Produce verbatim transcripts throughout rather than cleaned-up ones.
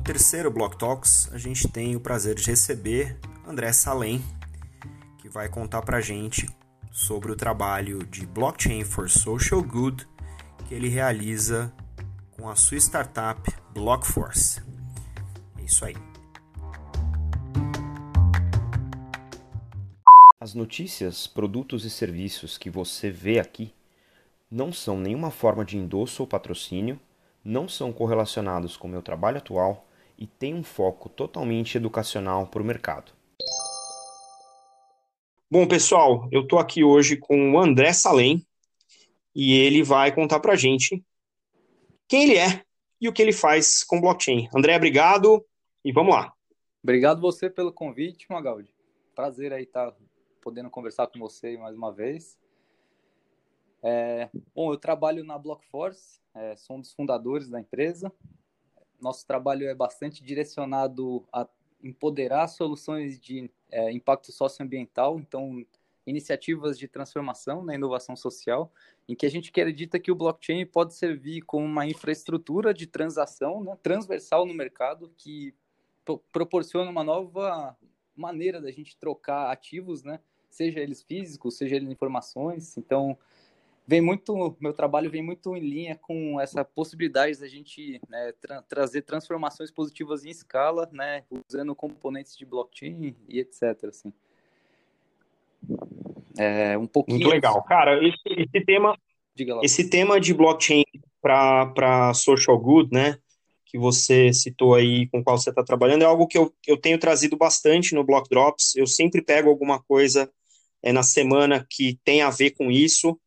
terceiro Block Talks, a gente tem o prazer de receber André Salem, que vai contar pra gente sobre o trabalho de Blockchain for Social Good que ele realiza com a sua startup Blockforce. É isso aí. As notícias, produtos e serviços que você vê aqui não são nenhuma forma de endosso ou patrocínio, não são correlacionados com o meu trabalho atual e têm um foco totalmente educacional para o mercado. Bom, pessoal, eu estou aqui hoje com o André Salem e ele vai contar para a gente quem ele é e o que ele faz com blockchain. André, obrigado e vamos lá. Obrigado você pelo convite, Magaldi. Prazer aí estar podendo conversar com você mais uma vez. É, bom, eu trabalho na Blockforce, é, sou um dos fundadores da empresa. Nosso trabalho é bastante direcionado a empoderar soluções de é, impacto socioambiental, então iniciativas de transformação na inovação social, em que a gente acredita que o blockchain pode servir como uma infraestrutura de transação, né, transversal no mercado, que pro- proporciona uma nova maneira da gente trocar ativos, né, seja eles físicos, seja eles informações. Então, vem muito, meu trabalho vem muito em linha com essa possibilidade da gente, né, tra- trazer transformações positivas em escala, né, usando componentes de blockchain e etc. Assim. É, um Muito pouquinho, legal. Cara, esse, esse tema, diga lá. esse tema de blockchain para para social good, né, que você citou aí, com o qual você está trabalhando, é algo que eu, eu tenho trazido bastante no Block Drops. Eu sempre pego alguma coisa é, na semana que tem a ver com isso,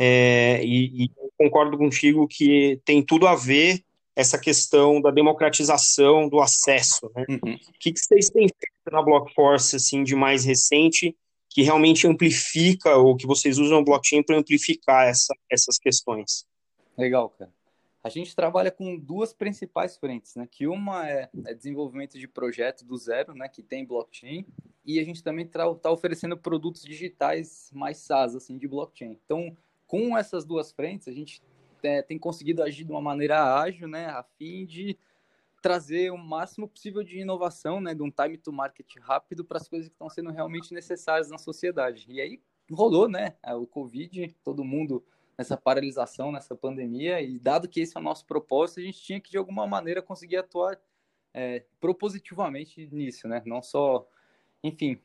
é, e, e concordo contigo que tem tudo a ver essa questão da democratização do acesso, né? Uhum. O que, que vocês têm feito na Blockforce, assim, de mais recente, que realmente amplifica, ou que vocês usam o blockchain para amplificar essa, essas questões? Legal, cara. A gente trabalha com duas principais frentes, né? Que uma é, é desenvolvimento de projeto do zero, né? Que tem blockchain, e a gente também está oferecendo produtos digitais mais SaaS, assim, de blockchain. Então, com essas duas frentes, a gente é, tem conseguido agir de uma maneira ágil, né? A fim de trazer o máximo possível de inovação, né? De um time to market rápido para as coisas que estão sendo realmente necessárias na sociedade. E aí rolou, né? O Covid, todo mundo nessa paralisação, nessa pandemia, e dado que esse é o nosso propósito, a gente tinha que, de alguma maneira, conseguir atuar é, propositivamente nisso, né? Não só, enfim,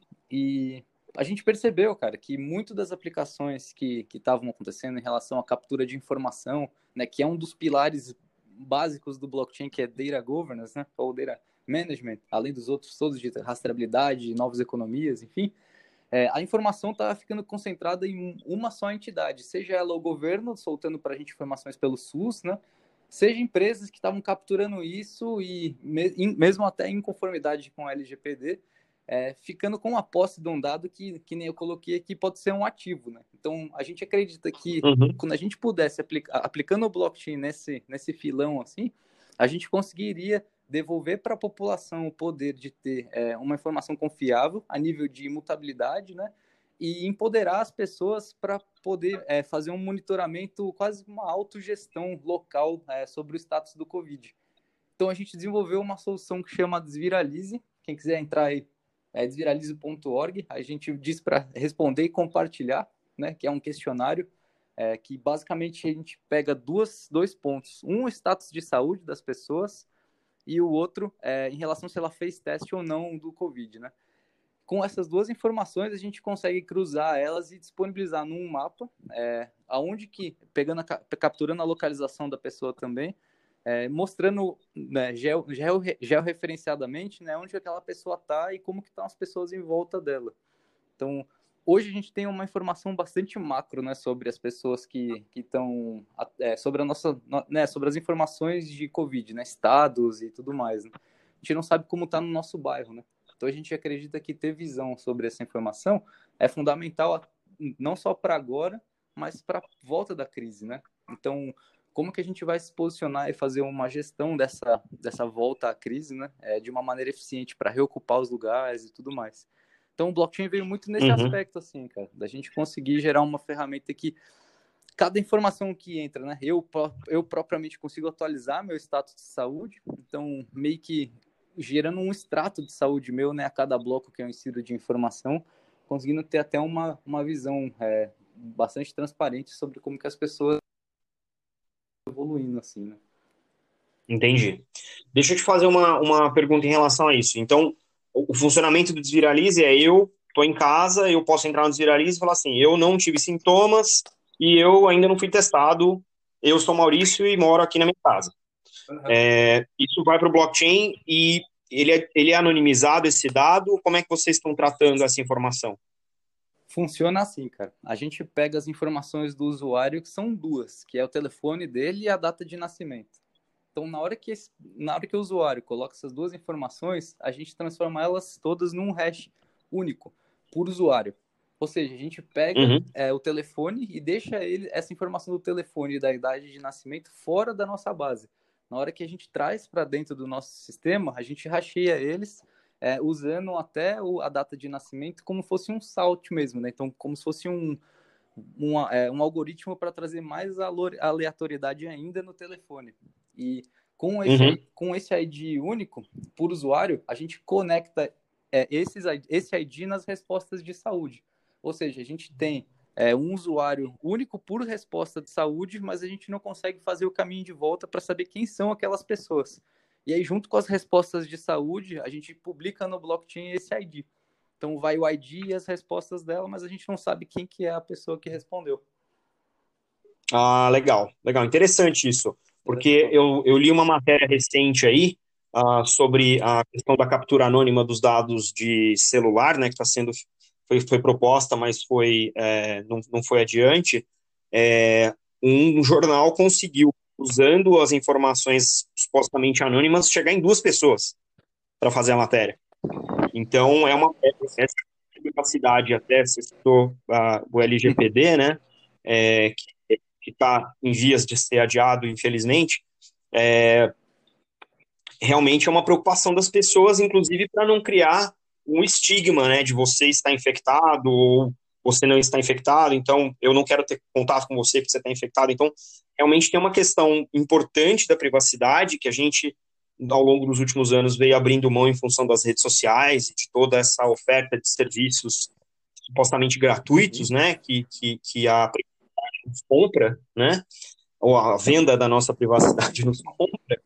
e a gente percebeu, cara, que muito das aplicações que estavam acontecendo em relação à captura de informação, né, que é um dos pilares básicos do blockchain, que é data governance, né, ou data management, além dos outros todos de rastreabilidade, novas economias, enfim, é, a informação está ficando concentrada em uma só entidade, seja ela o governo, soltando para a gente informações pelo SUS, né? Seja empresas que estavam capturando isso e me, in, mesmo até em conformidade com a L G P D, é, ficando com a posse de um dado que, que nem eu coloquei aqui, pode ser um ativo, né? Então, a gente acredita que Uhum. quando a gente pudesse, aplicar, aplicando o blockchain nesse, nesse filão assim, a gente conseguiria devolver para a população o poder de ter é, uma informação confiável a nível de imutabilidade, né? E empoderar as pessoas para poder é, fazer um monitoramento, quase uma autogestão local é, sobre o status do Covid. Então a gente desenvolveu uma solução que chama Desviralize. Quem quiser entrar aí, é desviralize ponto org. A gente diz para responder e compartilhar, né? Que é um questionário é, que basicamente a gente pega duas, dois pontos. Um, o status de saúde das pessoas, e o outro é, em relação se ela fez teste ou não do Covid, né? Com essas duas informações, a gente consegue cruzar elas e disponibilizar num mapa, é, aonde que, pegando a, capturando a localização da pessoa também, é, mostrando né, geo, geo, georreferenciadamente né, onde aquela pessoa está e como que estão as pessoas em volta dela. Então, hoje a gente tem uma informação bastante macro, né, sobre as pessoas que estão, é, sobre a nossa, né, sobre as informações de Covid, né, estados e tudo mais. Né? A gente não sabe como está no nosso bairro, né? Então a gente acredita que ter visão sobre essa informação é fundamental não só para agora, mas para a volta da crise, né? Então, como que a gente vai se posicionar e fazer uma gestão dessa, dessa volta à crise, né, é, de uma maneira eficiente para reocupar os lugares e tudo mais. Então, o blockchain veio muito nesse Uhum. aspecto, assim, cara, da gente conseguir gerar uma ferramenta que cada informação que entra, né, eu, eu propriamente consigo atualizar meu status de saúde, então, meio que gerando um extrato de saúde meu, né, a cada bloco que eu insiro de informação, conseguindo ter até uma, uma visão é, bastante transparente sobre como que as pessoas estão evoluindo, assim, né? Entendi. Deixa eu te fazer uma, uma pergunta em relação a isso. Então, o, o funcionamento do Desviralize é eu estou em casa, eu posso entrar no Desviralize e falar assim, eu não tive sintomas e eu ainda não fui testado, eu sou Maurício e moro aqui na minha casa. Uhum. É, isso vai para o blockchain e ele é, ele é anonimizado, esse dado? Como é que vocês estão tratando essa informação? Funciona assim, cara. A gente pega as informações do usuário, que são duas, que é o telefone dele e a data de nascimento. Então, na hora que, esse, na hora que o usuário coloca essas duas informações, a gente transforma elas todas num hash único, por usuário. Ou seja, a gente pega Uhum. é, o telefone e deixa ele, essa informação do telefone e da idade de nascimento fora da nossa base. Na hora que a gente traz para dentro do nosso sistema, a gente racheia eles é, usando até o, a data de nascimento como fosse um salt mesmo, né? Então, como se fosse um, um, é, um algoritmo para trazer mais aleatoriedade ainda no telefone. E com Uhum. esse, com esse I D único, por usuário, a gente conecta é, esses, esse I D nas respostas de saúde. Ou seja, a gente tem é, um usuário único por resposta de saúde, mas a gente não consegue fazer o caminho de volta para saber quem são aquelas pessoas. E aí, junto com as respostas de saúde, a gente publica no blockchain esse I D. Então, vai o I D e as respostas dela, mas a gente não sabe quem que é a pessoa que respondeu. Ah, legal, legal, interessante isso, porque Interessante. eu, eu li uma matéria recente aí ah, sobre a questão da captura anônima dos dados de celular, né, que está sendo foi, foi proposta, mas foi é, não, não foi adiante. É, um jornal conseguiu, usando as informações supostamente anônimas, chegar em duas pessoas para fazer a matéria. Então, é uma essa capacidade, até você citou ah, o L G P D, né? É, que está em vias de ser adiado, infelizmente, é, realmente é uma preocupação das pessoas, inclusive para não criar um estigma, né, de você estar infectado ou você não está infectado, então eu não quero ter contato com você porque você está infectado. Então, realmente tem uma questão importante da privacidade que a gente, ao longo dos últimos anos, veio abrindo mão em função das redes sociais e de toda essa oferta de serviços supostamente gratuitos, Uhum. né, que, que, que a compra, né, ou a venda da nossa privacidade nos compra,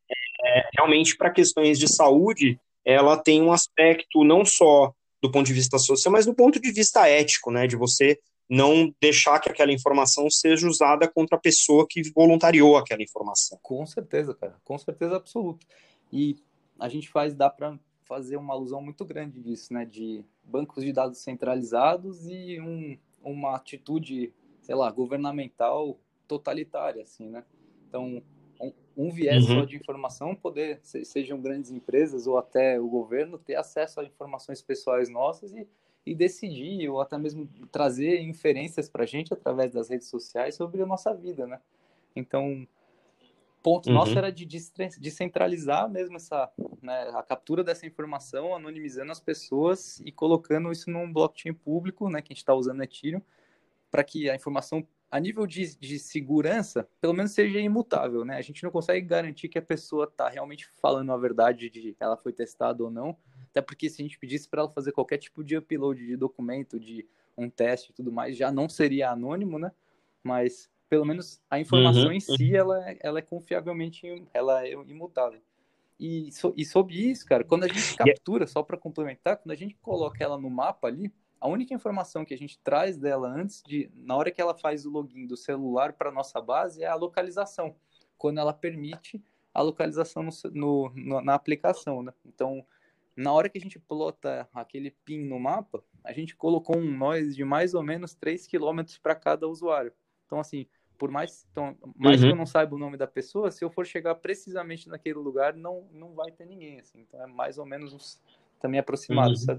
realmente para questões de saúde, ela tem um aspecto não só do ponto de vista social, mas do ponto de vista ético, né, de você não deixar que aquela informação seja usada contra a pessoa que voluntariou aquela informação. Com certeza, cara. Com certeza absoluta. E a gente faz, dá para fazer uma alusão muito grande disso, né? De bancos de dados centralizados e um, uma atitude, sei lá, governamental totalitária, assim, né? Então, um, um viés só Uhum, de informação, poder, se, sejam grandes empresas ou até o governo, ter acesso a informações pessoais nossas e, e decidir, ou até mesmo trazer inferências para a gente através das redes sociais sobre a nossa vida, né? Então, ponto nosso uhum, era de descentralizar mesmo essa, né, a captura dessa informação, anonimizando as pessoas e colocando isso num blockchain público, né, que a gente está usando Ethereum, para que a informação, a nível de, de segurança, pelo menos seja imutável, né? A gente não consegue garantir que a pessoa está realmente falando a verdade de que ela foi testada ou não, até porque se a gente pedisse para ela fazer qualquer tipo de upload de documento, de um teste e tudo mais, já não seria anônimo, né? Mas pelo menos a informação uhum, em si, uhum. ela, é, ela é confiavelmente, ela é imutável. E, so, e sobre isso, cara, quando a gente E é- captura, só para complementar, quando a gente coloca ela no mapa ali, a única informação que a gente traz dela antes de, na hora que ela faz o login do celular para nossa base, é a localização, quando ela permite a localização no, no, no, na aplicação, né? Então, na hora que a gente plota aquele pin no mapa, a gente colocou um noise de mais ou menos três quilômetros para cada usuário. Então, assim, por mais, então, mais que eu uhum. não saiba o nome da pessoa, se eu for chegar precisamente naquele lugar, não, não vai ter ninguém, assim. Então, é mais ou menos uns, também aproximado, Uhum. sabe?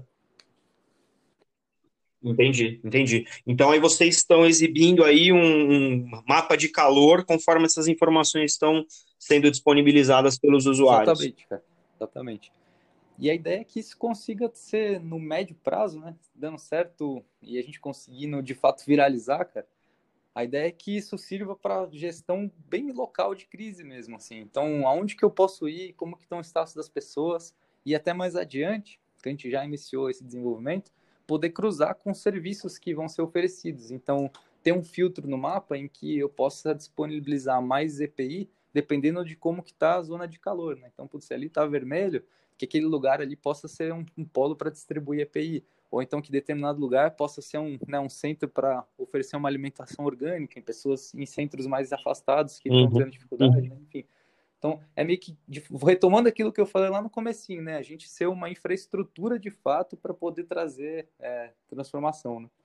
Entendi, entendi. Então aí vocês estão exibindo aí um, um mapa de calor conforme essas informações estão sendo disponibilizadas pelos usuários. Exatamente, cara. Exatamente. E a ideia é que isso consiga ser no médio prazo, né? Dando certo e a gente conseguindo de fato viralizar, cara. A ideia é que isso sirva para gestão bem local de crise mesmo, assim. Então, aonde que eu posso ir, como que estão o status das pessoas, e até mais adiante, que a gente já iniciou esse desenvolvimento, poder cruzar com os serviços que vão ser oferecidos. Então, ter um filtro no mapa em que eu possa disponibilizar mais E P I, dependendo de como que está a zona de calor, né? Então, putz, se ali está vermelho, que aquele lugar ali possa ser um, um polo para distribuir E P I, ou então que determinado lugar possa ser um, né, um centro para oferecer uma alimentação orgânica em pessoas em centros mais afastados que estão Uhum, tendo dificuldade, uhum. né? Enfim. Então, é meio que, retomando aquilo que eu falei lá no comecinho, né? A gente ser uma infraestrutura de fato para poder trazer é, transformação, né?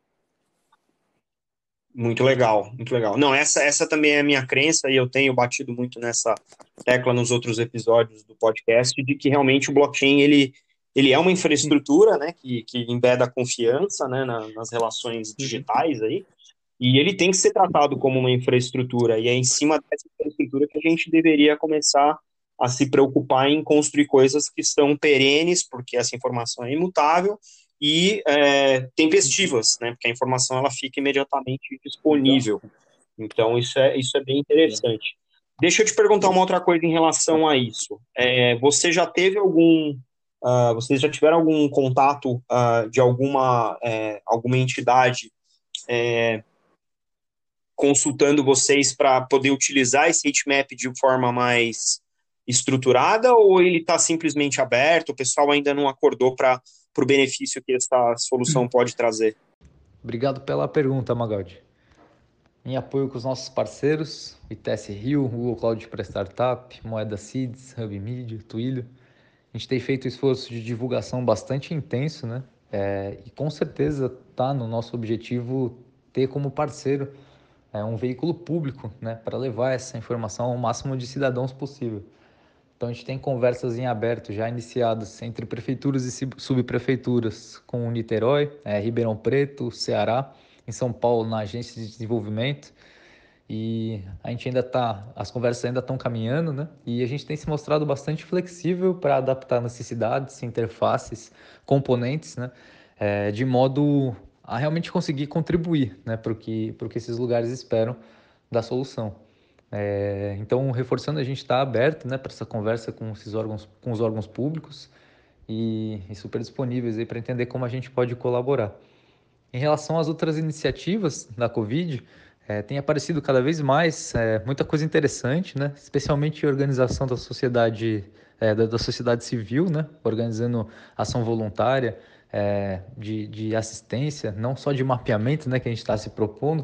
Muito legal, muito legal. Não, essa, essa também é a minha crença e eu tenho batido muito nessa tecla nos outros episódios do podcast de que realmente o blockchain ele, ele é uma infraestrutura, né, que, que embeda a confiança, né, na- nas relações Uhum. digitais aí e ele tem que ser tratado como uma infraestrutura e é em cima dessa infraestrutura que a gente deveria começar a se preocupar em construir coisas que são perenes, porque essa informação é imutável e é, tempestivas, né? Porque a informação ela fica imediatamente disponível. Exato. Então isso é isso é bem interessante. Deixa eu te perguntar uma outra coisa em relação a isso. É, você já teve algum uh, vocês já tiveram algum contato uh, de alguma é, alguma entidade consultando vocês para poder utilizar esse heatmap de forma mais estruturada ou ele está simplesmente aberto? O pessoal ainda não acordou para o benefício que essa solução pode trazer? Obrigado pela pergunta, Magaldi. Em apoio com os nossos parceiros, I T S Rio, Google Cloud para Startup, Moeda Seeds, Hub Media, Twilio, a gente tem feito um esforço de divulgação bastante intenso, né? É, e com certeza está no nosso objetivo ter como parceiro é, um veículo público, né, para levar essa informação ao máximo de cidadãos possível. Então a gente tem conversas em aberto já iniciadas entre prefeituras e subprefeituras com Niterói, é, Ribeirão Preto, Ceará, em São Paulo na Agência de Desenvolvimento. E a gente ainda está, as conversas ainda estão caminhando, né? E a gente tem se mostrado bastante flexível para adaptar necessidades, interfaces, componentes, né? É, de modo a realmente conseguir contribuir, né? Para o que, para o que esses lugares esperam da solução. É, então, reforçando, a gente está aberto, né, para essa conversa com esses órgãos, com os órgãos públicos e, e super disponíveis aí para entender como a gente pode colaborar. Em relação às outras iniciativas da Covid, é, tem aparecido cada vez mais é, muita coisa interessante, né? Especialmente a organização da sociedade, é, da, da sociedade civil, né? Organizando ação voluntária, é, de, de assistência, não só de mapeamento, né? Que a gente está se propondo.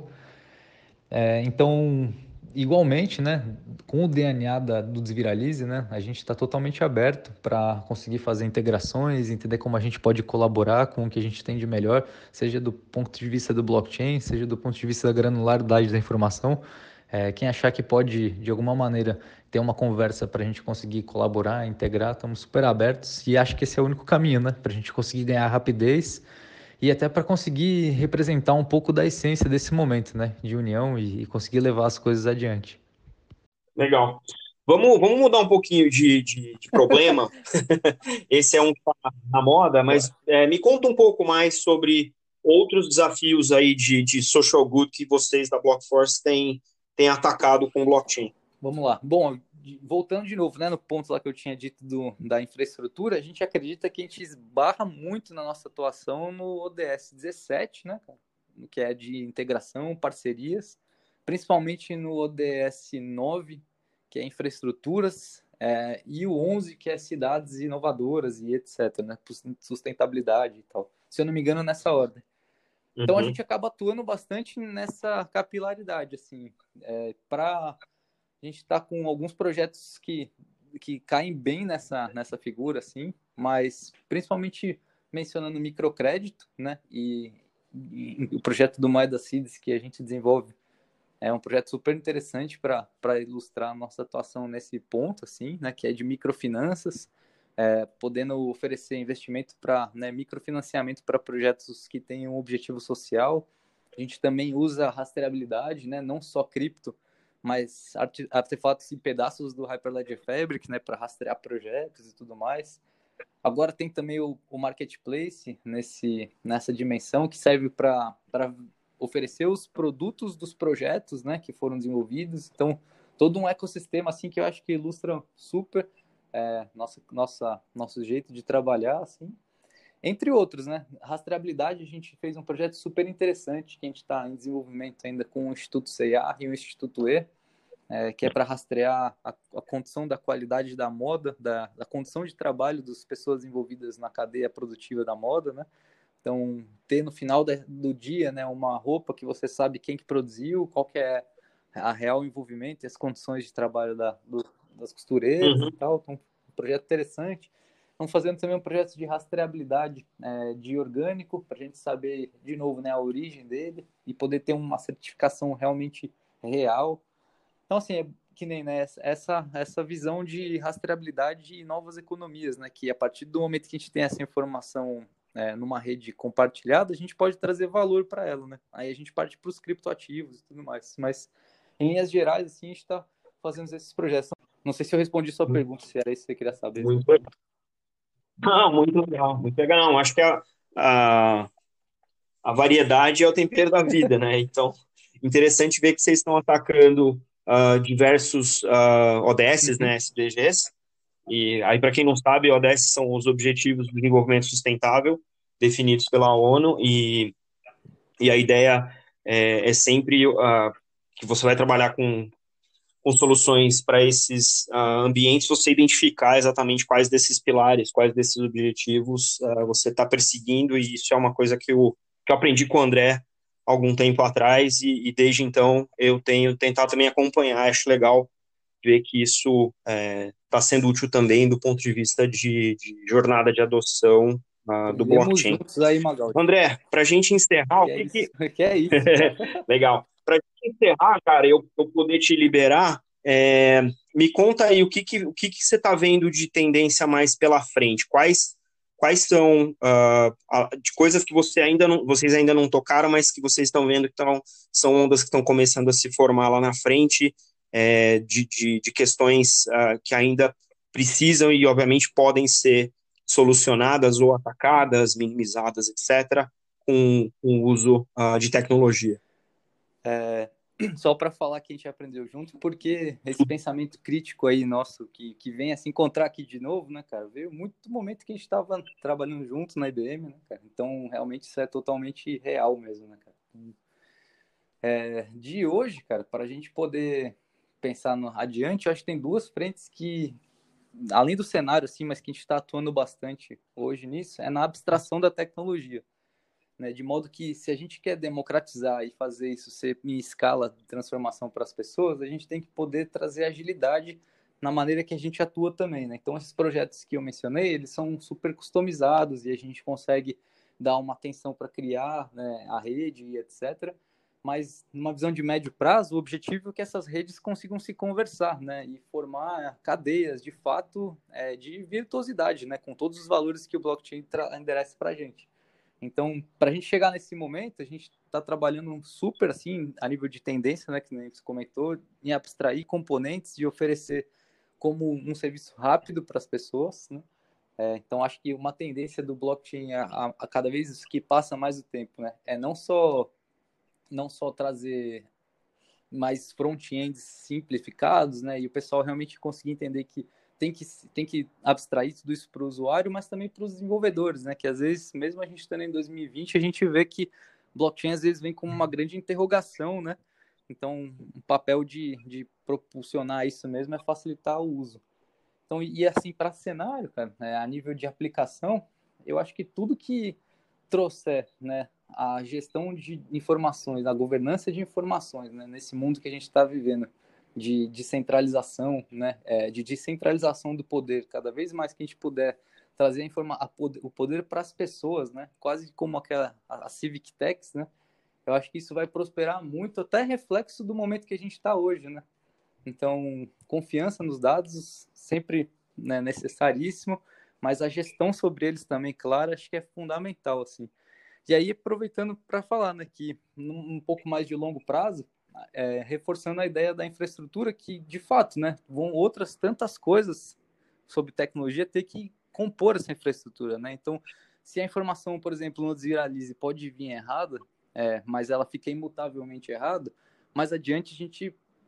É, então, igualmente, né, com o D N A da, do Desviralize, né, a gente está totalmente aberto para conseguir fazer integrações, entender como a gente pode colaborar com o que a gente tem de melhor, seja do ponto de vista do blockchain, seja do ponto de vista da granularidade da informação. É, quem achar que pode, de alguma maneira, ter uma conversa para a gente conseguir colaborar, integrar, estamos super abertos e acho que esse é o único caminho, né, para a gente conseguir ganhar rapidez e até para conseguir representar um pouco da essência desse momento, né, de união e, e conseguir levar as coisas adiante. Legal. Vamos, vamos mudar um pouquinho de, de, de problema. Esse é um que tá na moda, mas Bora. é, me conta um pouco mais sobre outros desafios aí de, de social good que vocês da Blockforce têm, têm atacado com blockchain. Vamos lá. Bom, voltando de novo, né, no ponto lá que eu tinha dito do, da infraestrutura, a gente acredita que a gente esbarra muito na nossa atuação no O D S dezessete, né, cara? Que é de integração, parcerias, principalmente no O D S nove, que é infraestruturas, é, e o onze, que é cidades inovadoras e etc, né, sustentabilidade e tal. Se eu não me engano, nessa ordem. Então a Uhum. gente acaba atuando bastante nessa capilaridade, assim, é, para a gente está com alguns projetos que, que caem bem nessa, nessa figura, assim, mas principalmente mencionando microcrédito, né? E, e o projeto do Moeda Seeds que a gente desenvolve é um projeto super interessante para ilustrar a nossa atuação nesse ponto, assim, né? Que é de microfinanças, é, podendo oferecer investimento para, né, microfinanciamento para projetos que têm um objetivo social. A gente também usa rastreabilidade, né? Não só cripto, mas artefatos e pedaços do Hyperledger Fabric, né, para rastrear projetos e tudo mais. Agora tem também o, o Marketplace nesse, nessa dimensão que serve para oferecer os produtos dos projetos, né, que foram desenvolvidos. Então, todo um ecossistema assim que eu acho que ilustra super é, nossa, nossa, nosso jeito de trabalhar, assim. Entre outros, né? Rastreabilidade, a gente fez um projeto super interessante que a gente está em desenvolvimento ainda com o Instituto C E A e o Instituto E, é, que é para rastrear a, a condição da qualidade da moda, da, da condição de trabalho das pessoas envolvidas na cadeia produtiva da moda, né? Então, ter no final de, do dia, né, uma roupa que você sabe quem que produziu, qual que é a real envolvimento e as condições de trabalho da, do, das costureiras Uhum. e tal. Então, um projeto interessante. Estamos fazendo também um projeto de rastreabilidade é, de orgânico, para a gente saber, de novo, né, a origem dele e poder ter uma certificação realmente real. Então, assim, é que nem, né, essa, essa visão de rastreabilidade e novas economias, né, que a partir do momento que a gente tem essa informação é, numa rede compartilhada, a gente pode trazer valor para ela, né? Aí a gente parte para os criptoativos e tudo mais. Mas, em linhas gerais, assim, a gente está fazendo esses projetos. Não sei se eu respondi sua pergunta, se era isso que você queria saber. Muito legal. Não, muito legal, muito legal. Não, acho que a, a, a variedade é o tempero da vida, né? Então, interessante ver que vocês estão atacando uh, diversos uh, O D Ss, Uhum. né, S D Gs. E aí, para quem não sabe, O D S são os Objetivos do Desenvolvimento Sustentável, definidos pela ONU, e, e a ideia é, é sempre uh, que você vai trabalhar com, com soluções para esses uh, ambientes, você identificar exatamente quais desses pilares, quais desses objetivos uh, você está perseguindo, e isso é uma coisa que eu, que eu aprendi com o André algum tempo atrás, e, e desde então eu tenho tentado também acompanhar, acho legal ver que isso está é, tá sendo útil também do ponto de vista de, de jornada de adoção uh, do Aprendemos blockchain. juntos aí, Magaldi. André, para a gente encerrar, o Que é que que... isso, que é isso. Legal. Para a gente encerrar, cara, eu, eu poder te liberar, é, me conta aí o que que, o que que você está vendo de tendência mais pela frente? Quais quais são uh, de coisas que você ainda não, vocês ainda não tocaram, mas que vocês estão vendo que tão, são ondas que estão começando a se formar lá na frente, é, de, de, de questões uh, que ainda precisam e, obviamente, podem ser solucionadas ou atacadas, minimizadas, etcétera, com, com o uso uh, de tecnologia. É, só para falar que a gente aprendeu junto, porque esse pensamento crítico aí nosso, que, que vem a se encontrar aqui de novo, né, cara, veio muito do momento que a gente estava trabalhando juntos na I B M, né, cara? Então, realmente, isso é totalmente real mesmo, né, cara? É, de hoje, cara, para a gente poder pensar no, adiante, eu acho que tem duas frentes que, além do cenário, assim, mas que a gente está atuando bastante hoje nisso, é na abstração da tecnologia. Né, de modo que, se a gente quer democratizar e fazer isso ser em escala de transformação para as pessoas, a gente tem que poder trazer agilidade na maneira que a gente atua também. Né? Então, esses projetos que eu mencionei, eles são super customizados e a gente consegue dar uma atenção para criar, né, a rede e etcétera. Mas, numa visão de médio prazo, o objetivo é que essas redes consigam se conversar, né, e formar cadeias, de fato, é, de virtuosidade, né, com todos os valores que o blockchain endereça para a gente. Então, para a gente chegar nesse momento, a gente está trabalhando super assim, a nível de tendência, né, que nem você comentou, em abstrair componentes e oferecer como um serviço rápido para as pessoas, né? É, então, acho que uma tendência do blockchain a, a, a cada vez que passa mais o tempo, né, é não só não só trazer mais front-ends simplificados, né, e o pessoal realmente conseguir entender que tem que, tem que abstrair tudo isso para o usuário, mas também para os desenvolvedores, né? Que às vezes, mesmo a gente estando em dois mil e vinte, a gente vê que blockchain às vezes vem como uma grande interrogação, né? Então, um papel de, de propulsionar isso mesmo é facilitar o uso. Então, e assim, para cenário, cara, né, a nível de aplicação, eu acho que tudo que trouxer, né, a gestão de informações, a governança de informações, né, nesse mundo que a gente está vivendo, de descentralização, né, é, de descentralização do poder, cada vez mais que a gente puder trazer a informa a poder, o poder para as pessoas, né, quase como aquela a, a Civic Techs, né, eu acho que isso vai prosperar muito, até reflexo do momento que a gente está hoje, né. Então, confiança nos dados sempre, né, necessaríssimo, mas a gestão sobre eles também, claro, acho que é fundamental, assim. E aí, aproveitando para falar, né, que num, um pouco mais de longo prazo, é, reforçando a ideia da infraestrutura, que, de fato, né, vão outras tantas coisas sobre tecnologia ter que compor essa infraestrutura, né? Então, se a informação, por exemplo, no Desviralize pode vir errada, é, mas ela fica imutavelmente errada, mais adiante a gente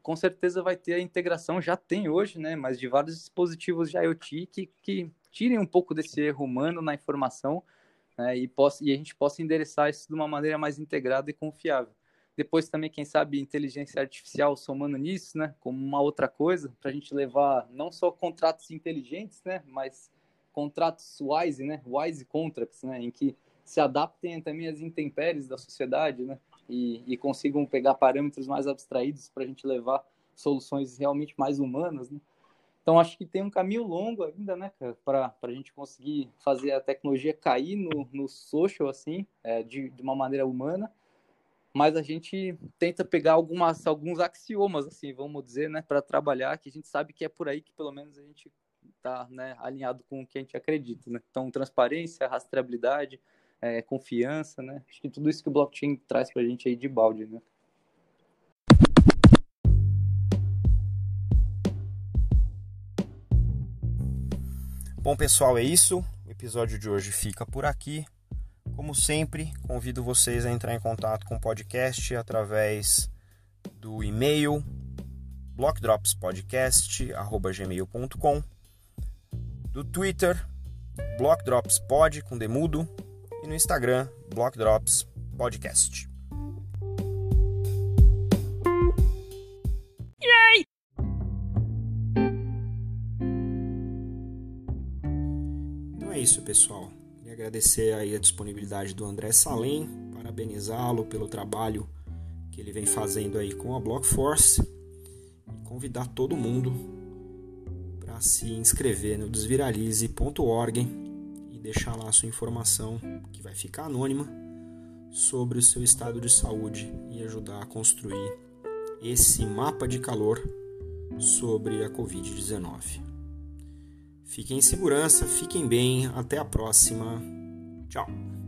com certeza vai ter a integração, já tem hoje, né, mas de vários dispositivos de IoT que, que tirem um pouco desse erro humano na informação, né, e, possa, e a gente possa endereçar isso de uma maneira mais integrada e confiável. Depois também, quem sabe, inteligência artificial somando nisso, né, como uma outra coisa, para a gente levar não só contratos inteligentes, né, mas contratos wise, né, wise contracts, né, em que se adaptem também às intempéries da sociedade, né, e, e consigam pegar parâmetros mais abstraídos para a gente levar soluções realmente mais humanas, né. Então, acho que tem um caminho longo ainda, né, para a gente conseguir fazer a tecnologia cair no, no social, assim, é, de, de uma maneira humana, mas a gente tenta pegar algumas, alguns axiomas, assim, vamos dizer, né, para trabalhar, que a gente sabe que é por aí que pelo menos a gente está, né, alinhado com o que a gente acredita, né? Então, transparência, rastreabilidade, é, confiança, né? Acho que tudo isso que o blockchain traz para a gente aí de balde, né? Bom, pessoal, é isso. O episódio de hoje fica por aqui. Como sempre, convido vocês a entrar em contato com o podcast através do e-mail blockdropspodcast arroba gmail ponto com, do Twitter blockdropspod com demudo e no Instagram blockdropspodcast. Yay! Então é isso, pessoal. Queria agradecer aí a disponibilidade do André Salem, parabenizá-lo pelo trabalho que ele vem fazendo aí com a Blockforce e convidar todo mundo para se inscrever no desviralize ponto org e deixar lá a sua informação, que vai ficar anônima, sobre o seu estado de saúde e ajudar a construir esse mapa de calor sobre a covid dezenove. Fiquem em segurança, fiquem bem, até a próxima. Tchau.